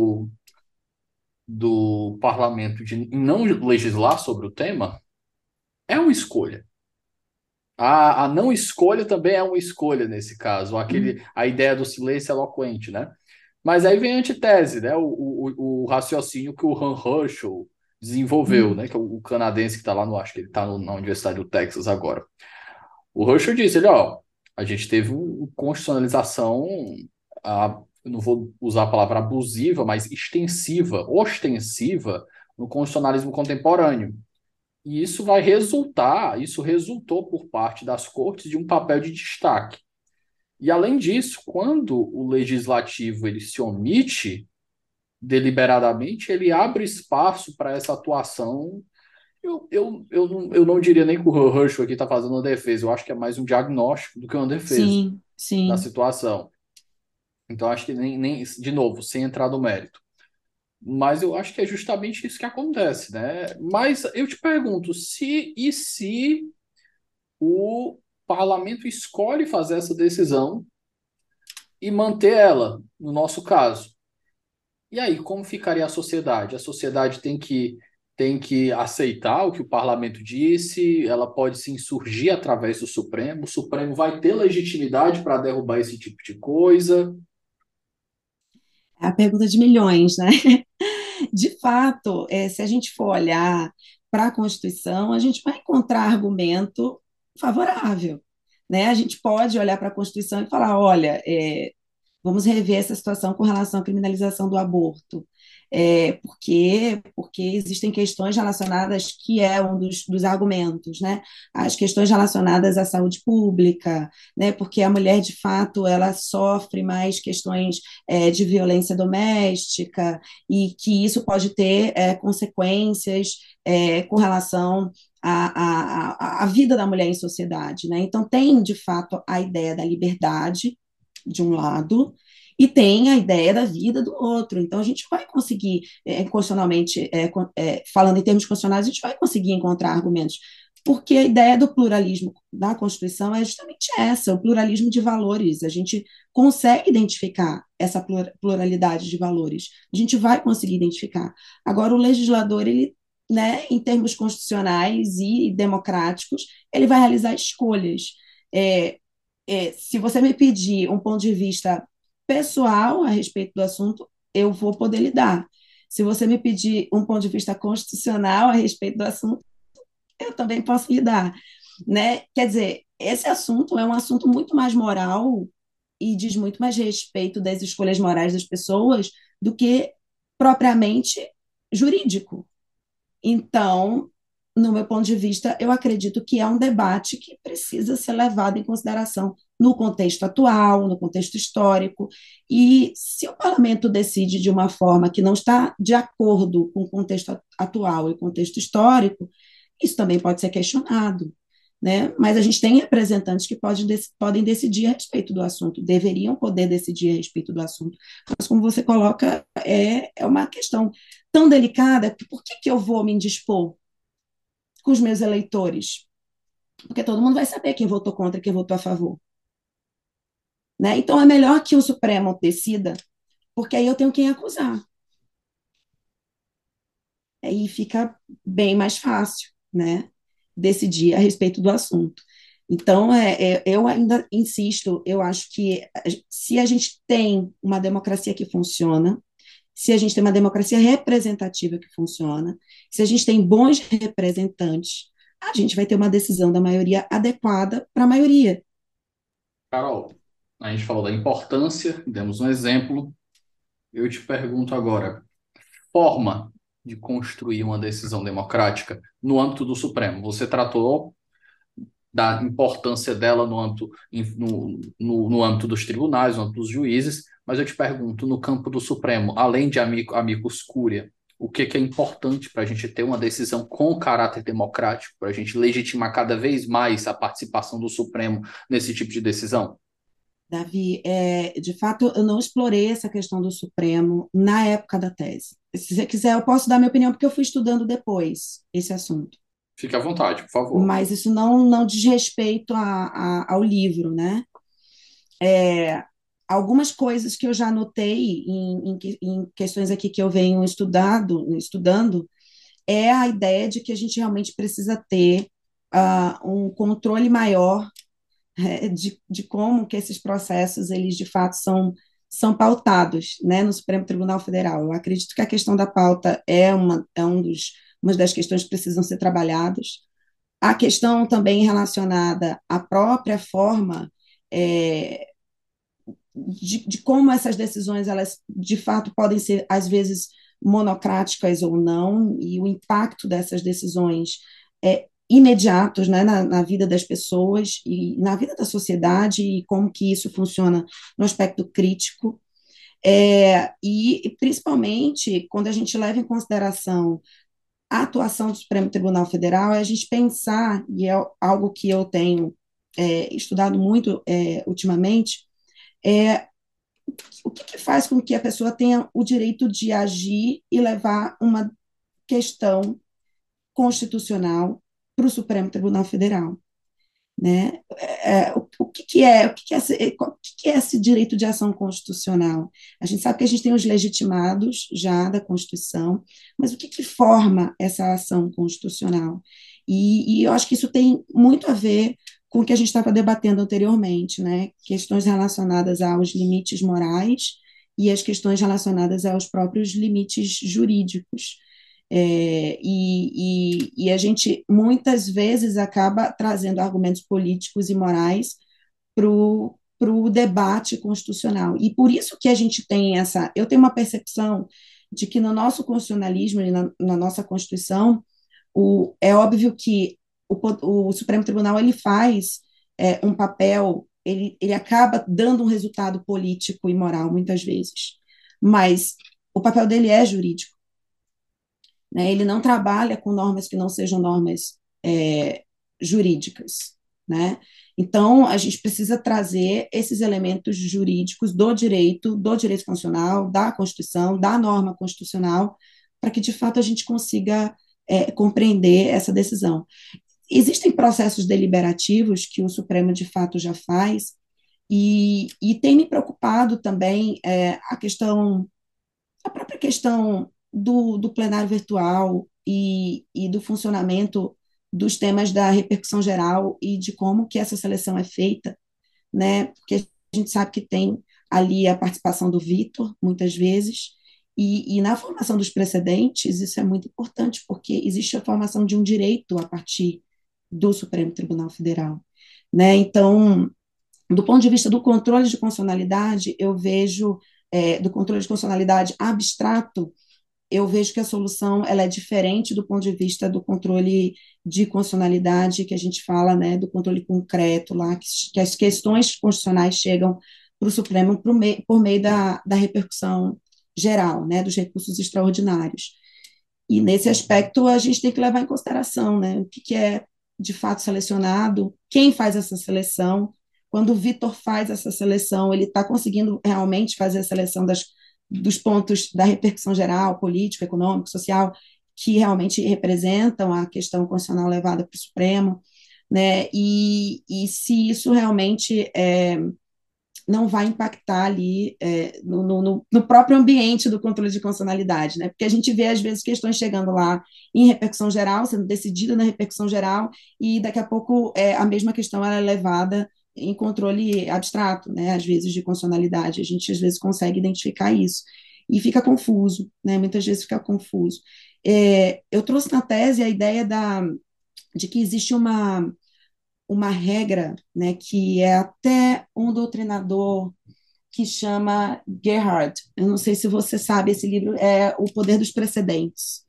do parlamento de não legislar sobre o tema é uma escolha. A não escolha também é uma escolha nesse caso, a ideia do silêncio eloquente, né? Mas aí vem a antitese, né? O raciocínio que o Han Herschel desenvolveu, né? Que é o canadense que está lá acho que ele está na Universidade do Texas agora. O Herschel disse, a gente teve uma constitucionalização, eu não vou usar a palavra abusiva, mas extensiva, ostensiva, no constitucionalismo contemporâneo. E isso resultou por parte das cortes de um papel de destaque. E além disso, quando o legislativo ele se omite deliberadamente, ele abre espaço para essa atuação, Eu não diria nem que o Herschel aqui está fazendo uma defesa, eu acho que é mais um diagnóstico do que uma defesa Sim, da sim. situação. Então, acho que nem, de novo, sem entrar no mérito. Mas eu acho que é justamente isso que acontece, né? Mas eu te pergunto, se o parlamento escolhe fazer essa decisão e manter ela, no nosso caso? E aí, como ficaria a sociedade? A sociedade tem que aceitar o que o parlamento disse, ela pode se insurgir através do Supremo, o Supremo vai ter legitimidade para derrubar esse tipo de coisa. É a pergunta de milhões, né? De fato, se a gente for olhar para a Constituição, a gente vai encontrar argumento favorável, né? A gente pode olhar para a Constituição e falar, olha, vamos rever essa situação com relação à criminalização do aborto. Porque existem questões relacionadas, que é um dos argumentos, né? As questões relacionadas à saúde pública, né? Porque a mulher, de fato, ela sofre mais questões de violência doméstica e que isso pode ter consequências com relação à vida da mulher em sociedade, né? Então, tem, de fato, a ideia da liberdade, de um lado, e tem a ideia da vida do outro. Então, a gente vai conseguir, constitucionalmente, falando em termos constitucionais, a gente vai conseguir encontrar argumentos, porque a ideia do pluralismo da Constituição é justamente essa, o pluralismo de valores. A gente consegue identificar essa pluralidade de valores, a gente vai conseguir identificar. Agora, o legislador, ele, né, em termos constitucionais e democráticos, ele vai realizar escolhas. É, Se você me pedir um ponto de vista pessoal a respeito do assunto, eu vou poder lhe dar. Se você me pedir um ponto de vista constitucional a respeito do assunto, eu também posso lhe dar, né? Quer dizer, esse assunto é um assunto muito mais moral e diz muito mais respeito das escolhas morais das pessoas do que propriamente jurídico. Então, no meu ponto de vista, eu acredito que é um debate que precisa ser levado em consideração no contexto atual, no contexto histórico, e se o parlamento decide de uma forma que não está de acordo com o contexto atual e o contexto histórico, isso também pode ser questionado, né? Mas a gente tem representantes que podem decidir a respeito do assunto, deveriam poder decidir a respeito do assunto. Mas, como você coloca, é uma questão tão delicada que por que eu vou me indispor com os meus eleitores? Porque todo mundo vai saber quem votou contra e quem votou a favor, né? Então, é melhor que o Supremo decida, porque aí eu tenho quem acusar. Aí fica bem mais fácil, né? Decidir a respeito do assunto. Então, eu ainda insisto, eu acho que se a gente tem uma democracia que funciona, se a gente tem uma democracia representativa que funciona, se a gente tem bons representantes, a gente vai ter uma decisão da maioria adequada para a maioria. Carol, a gente falou da importância, demos um exemplo. Eu te pergunto agora, forma de construir uma decisão democrática no âmbito do Supremo. Você tratou da importância dela no âmbito, no âmbito dos tribunais, no âmbito dos juízes, mas eu te pergunto, no campo do Supremo, além de amicus curiae, o que é importante para a gente ter uma decisão com caráter democrático, para a gente legitimar cada vez mais a participação do Supremo nesse tipo de decisão? Davi, de fato, eu não explorei essa questão do Supremo na época da tese. Se você quiser, eu posso dar minha opinião, porque eu fui estudando depois esse assunto. Fique à vontade, por favor. Mas isso não diz respeito ao livro, né? Algumas coisas que eu já notei em questões aqui que eu venho estudando, é a ideia de que a gente realmente precisa ter um controle maior de como que esses processos, eles de fato são pautados, né, no Supremo Tribunal Federal. Eu acredito que a questão da pauta uma das questões que precisam ser trabalhadas. A questão também relacionada à própria forma é, de como essas decisões, elas de fato podem ser, às vezes, monocráticas ou não, e o impacto dessas decisões imediatos, né, na vida das pessoas e na vida da sociedade, e como que isso funciona no aspecto crítico. E principalmente quando a gente leva em consideração a atuação do Supremo Tribunal Federal é a gente pensar, e é algo que eu tenho estudado muito ultimamente, é o que faz com que a pessoa tenha o direito de agir e levar uma questão constitucional para o Supremo Tribunal Federal, né? O que é esse direito de ação constitucional? A gente sabe que a gente tem os legitimados já da Constituição, mas o que forma essa ação constitucional? E eu acho que isso tem muito a ver com o que a gente estava debatendo anteriormente, né? Questões relacionadas aos limites morais e as questões relacionadas aos próprios limites jurídicos. E a gente muitas vezes acaba trazendo argumentos políticos e morais para o debate constitucional. E por isso que a gente tem essa. Eu tenho uma percepção de que no nosso constitucionalismo e na nossa Constituição, é óbvio que o Supremo Tribunal ele faz um papel, ele acaba dando um resultado político e moral muitas vezes, mas o papel dele é jurídico, né? Ele não trabalha com normas que não sejam normas jurídicas, né? Então, a gente precisa trazer esses elementos jurídicos do direito constitucional, da Constituição, da norma constitucional, para que, de fato, a gente consiga compreender essa decisão. Existem processos deliberativos que o Supremo, de fato, já faz, e tem me preocupado também a própria questão do plenário virtual e do funcionamento dos temas da repercussão geral e de como que essa seleção é feita, né? Porque a gente sabe que tem ali a participação do Vitor, muitas vezes, e na formação dos precedentes, isso é muito importante, porque existe a formação de um direito a partir do Supremo Tribunal Federal, né? Então, do ponto de vista do controle de constitucionalidade, eu vejo, do controle de constitucionalidade abstrato, eu vejo que a solução ela é diferente do ponto de vista do controle de constitucionalidade, que a gente fala, né, do controle concreto, lá, que as questões constitucionais chegam para o Supremo por meio da repercussão geral, né, dos recursos extraordinários. E nesse aspecto a gente tem que levar em consideração, né, o que é de fato selecionado, quem faz essa seleção. Quando o Vitor faz essa seleção, ele está conseguindo realmente fazer a seleção dos pontos da repercussão geral, político, econômico, social, que realmente representam a questão constitucional levada para o Supremo, né? E se isso realmente não vai impactar ali no próprio ambiente do controle de constitucionalidade, né? Porque a gente vê, às vezes, questões chegando lá em repercussão geral, sendo decidida na repercussão geral, e daqui a pouco a mesma questão ela é levada em controle abstrato, né? Às vezes, de constitucionalidade. A gente, às vezes, consegue identificar isso. E fica confuso, né? Muitas vezes fica confuso. Eu trouxe na tese a ideia de que existe uma regra, né, que é até um doutrinador que chama Gerhard. Eu não sei se você sabe, esse livro é O Poder dos Precedentes.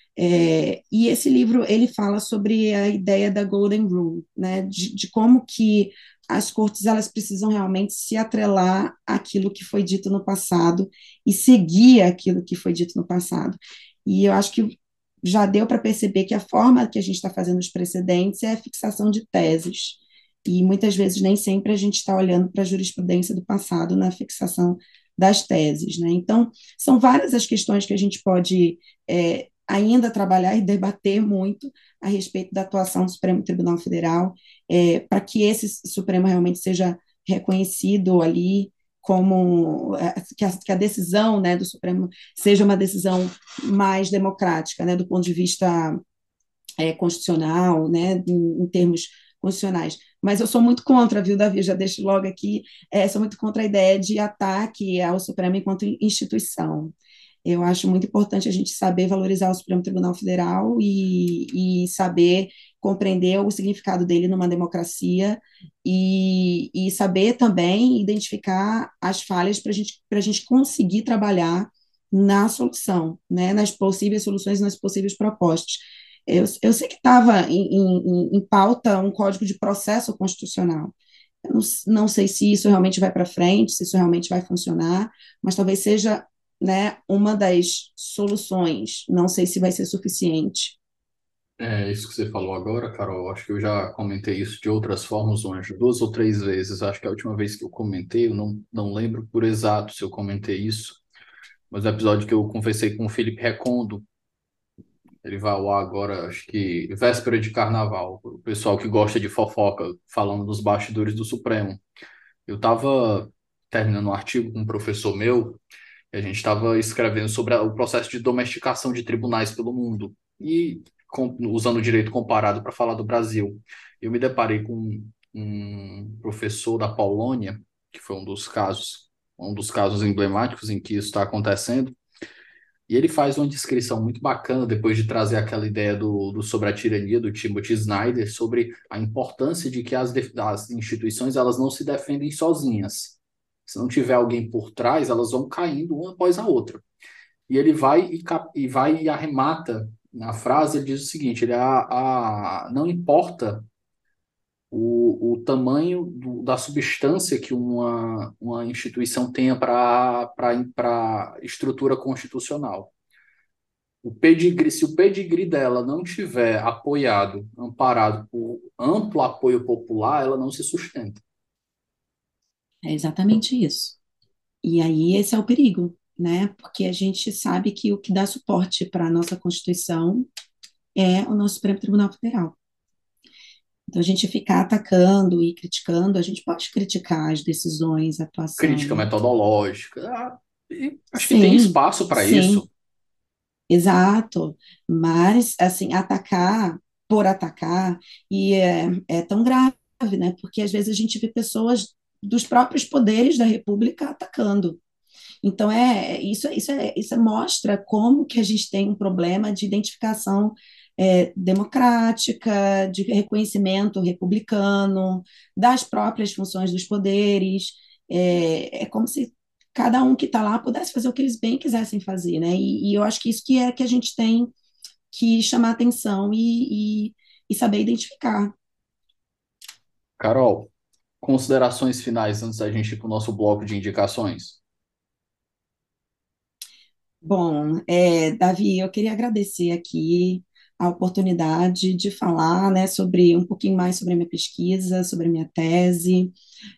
E esse livro ele fala sobre a ideia da Golden Rule, né, de como que as cortes elas precisam realmente se atrelar àquilo que foi dito no passado e seguir aquilo que foi dito no passado. E eu acho que já deu para perceber que a forma que a gente está fazendo os precedentes é a fixação de teses. E muitas vezes nem sempre a gente está olhando para a jurisprudência do passado na fixação das teses, né? Então, são várias as questões que a gente pode ainda trabalhar e debater muito a respeito da atuação do Supremo Tribunal Federal, para que esse Supremo realmente seja reconhecido ali como que a decisão, né, do Supremo seja uma decisão mais democrática, né, do ponto de vista constitucional, né, em termos constitucionais. Mas eu sou muito contra, viu, Davi? Eu já deixo logo aqui, sou muito contra a ideia de ataque ao Supremo enquanto instituição. Eu acho muito importante a gente saber valorizar o Supremo Tribunal Federal e saber compreender o significado dele numa democracia e saber também identificar as falhas para a gente conseguir trabalhar na solução, né, nas possíveis soluções, nas possíveis propostas. Eu sei que estava em pauta um código de processo constitucional. Eu não sei se isso realmente vai para frente, se isso realmente vai funcionar, mas talvez seja né, uma das soluções. Não sei se vai ser suficiente. É isso que você falou agora, Carol. Acho que eu já comentei isso de outras formas, umas 2 ou 3 vezes. Acho que a última vez que eu comentei, eu não lembro por exato se eu comentei isso, mas no episódio que eu conversei com o Felipe Recondo, ele vai ao ar agora, acho que véspera de carnaval. O pessoal que gosta de fofoca, falando dos bastidores do Supremo. Eu estava terminando um artigo com um professor meu, e a gente estava escrevendo sobre o processo de domesticação de tribunais pelo mundo, e usando o direito comparado para falar do Brasil. Eu me deparei com um professor da Polônia, que foi um dos casos emblemáticos em que isso está acontecendo, e ele faz uma descrição muito bacana, depois de trazer aquela ideia sobre a tirania do Timothy Snyder, sobre a importância de que as instituições elas não se defendem sozinhas. Se não tiver alguém por trás, elas vão caindo uma após a outra. E ele vai e arremata na frase, ele diz o seguinte, não importa o tamanho da substância que uma instituição tenha para estrutura constitucional. Se o pedigree dela não tiver apoiado, amparado por amplo apoio popular, ela não se sustenta. É exatamente isso. E aí esse é o perigo, né? Porque a gente sabe que o que dá suporte para a nossa Constituição é o nosso Supremo Tribunal Federal. Então, a gente ficar atacando e criticando, a gente pode criticar as decisões, a Crítica atuação. metodológica, e acho que tem Sim, espaço para sim, isso. exato. Mas, assim, atacar por atacar, e é tão grave, né? Porque às vezes a gente vê pessoas dos próprios poderes da República atacando. Então, isso mostra como que a gente tem um problema de identificação democrática, de reconhecimento republicano, das próprias funções dos poderes. É como se cada um que está lá pudesse fazer o que eles bem quisessem fazer, né? E eu acho que isso que é que a gente tem que chamar atenção e saber identificar. Carol, considerações finais antes da gente ir para o nosso bloco de indicações? Bom, Davi, eu queria agradecer aqui a oportunidade de falar, né, sobre um pouquinho mais sobre a minha pesquisa, sobre a minha tese,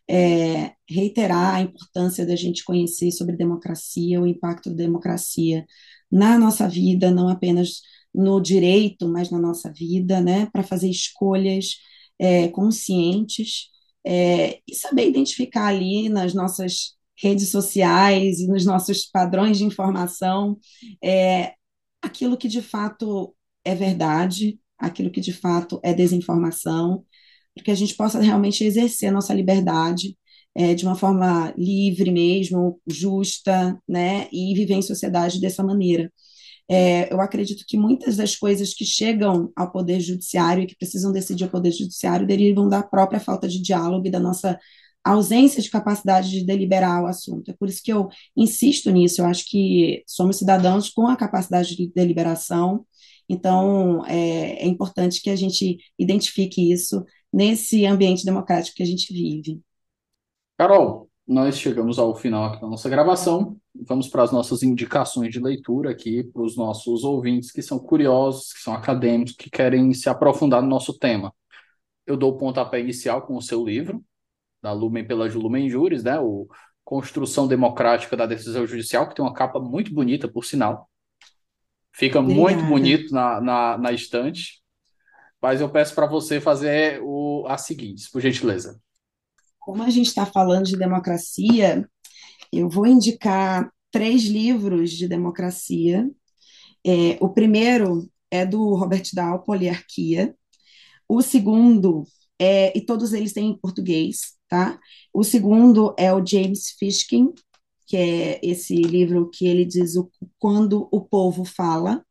reiterar a importância da gente conhecer sobre democracia, o impacto da democracia na nossa vida, não apenas no direito, mas na nossa vida, né, para fazer escolhas conscientes, e saber identificar ali nas nossas redes sociais e nos nossos padrões de informação é, aquilo que de fato é verdade, aquilo que de fato é desinformação, para que a gente possa realmente exercer a nossa liberdade de uma forma livre mesmo, justa, né, e viver em sociedade dessa maneira. Eu acredito que muitas das coisas que chegam ao Poder Judiciário e que precisam decidir o Poder Judiciário derivam da própria falta de diálogo e da nossa ausência de capacidade de deliberar o assunto. É por isso que eu insisto nisso. Eu acho que somos cidadãos com a capacidade de deliberação, então é importante que a gente identifique isso nesse ambiente democrático que a gente vive. Carol, nós chegamos ao final aqui da nossa gravação. Vamos para as nossas indicações de leitura aqui para os nossos ouvintes que são curiosos, que são acadêmicos, que querem se aprofundar no nosso tema. Eu dou o pontapé inicial com o seu livro, da Lumen pela Lumen Juris, né? O Construção Democrática da Decisão Judicial, que tem uma capa muito bonita, por sinal. Fica muito Obrigada. bonito na estante. Mas eu peço para você fazer as seguintes, por gentileza. Como a gente está falando de democracia, eu vou indicar três livros de democracia. O primeiro é do Robert Dahl, Poliarquia. O segundo e todos eles têm em português, tá? O segundo é o James Fishkin, que é esse livro que ele diz Quando o Povo Fala.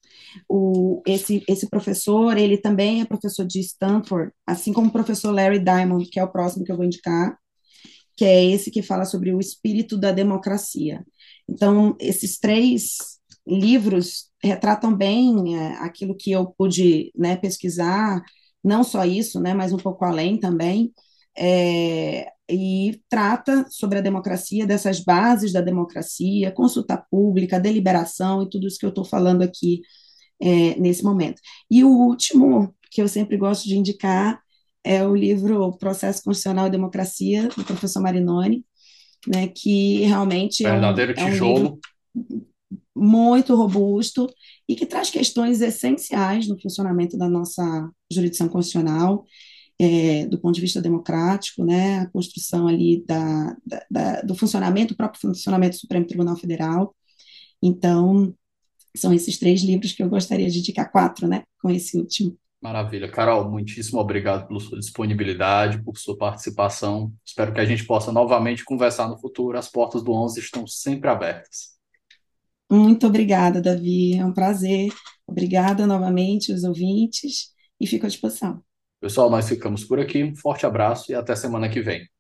Esse professor, ele também é professor de Stanford, assim como o professor Larry Diamond, que é o próximo que eu vou indicar, que é esse que fala sobre o espírito da democracia. Então, esses três livros retratam bem aquilo que eu pude, né, pesquisar, não só isso, né, mas um pouco além também, e trata sobre a democracia, dessas bases da democracia, consulta pública, deliberação e tudo isso que eu estou falando aqui nesse momento. E o último, que eu sempre gosto de indicar, é o livro Processo Constitucional e Democracia, do professor Marinoni, né, que realmente Verdadeiro é um livro tijolo. muito robusto e que traz questões essenciais no funcionamento da nossa jurisdição constitucional, do ponto de vista democrático, né, a construção ali do funcionamento, o próprio funcionamento do Supremo Tribunal Federal. Então, são esses 3 livros que eu gostaria de indicar, 4, né, com esse último. Maravilha. Carol, muitíssimo obrigado pela sua disponibilidade, por sua participação. Espero que a gente possa novamente conversar no futuro. As portas do 11 estão sempre abertas. Muito obrigada, Davi, é um prazer. Obrigada novamente os ouvintes e fico à disposição. Pessoal, nós ficamos por aqui. Um forte abraço e até semana que vem.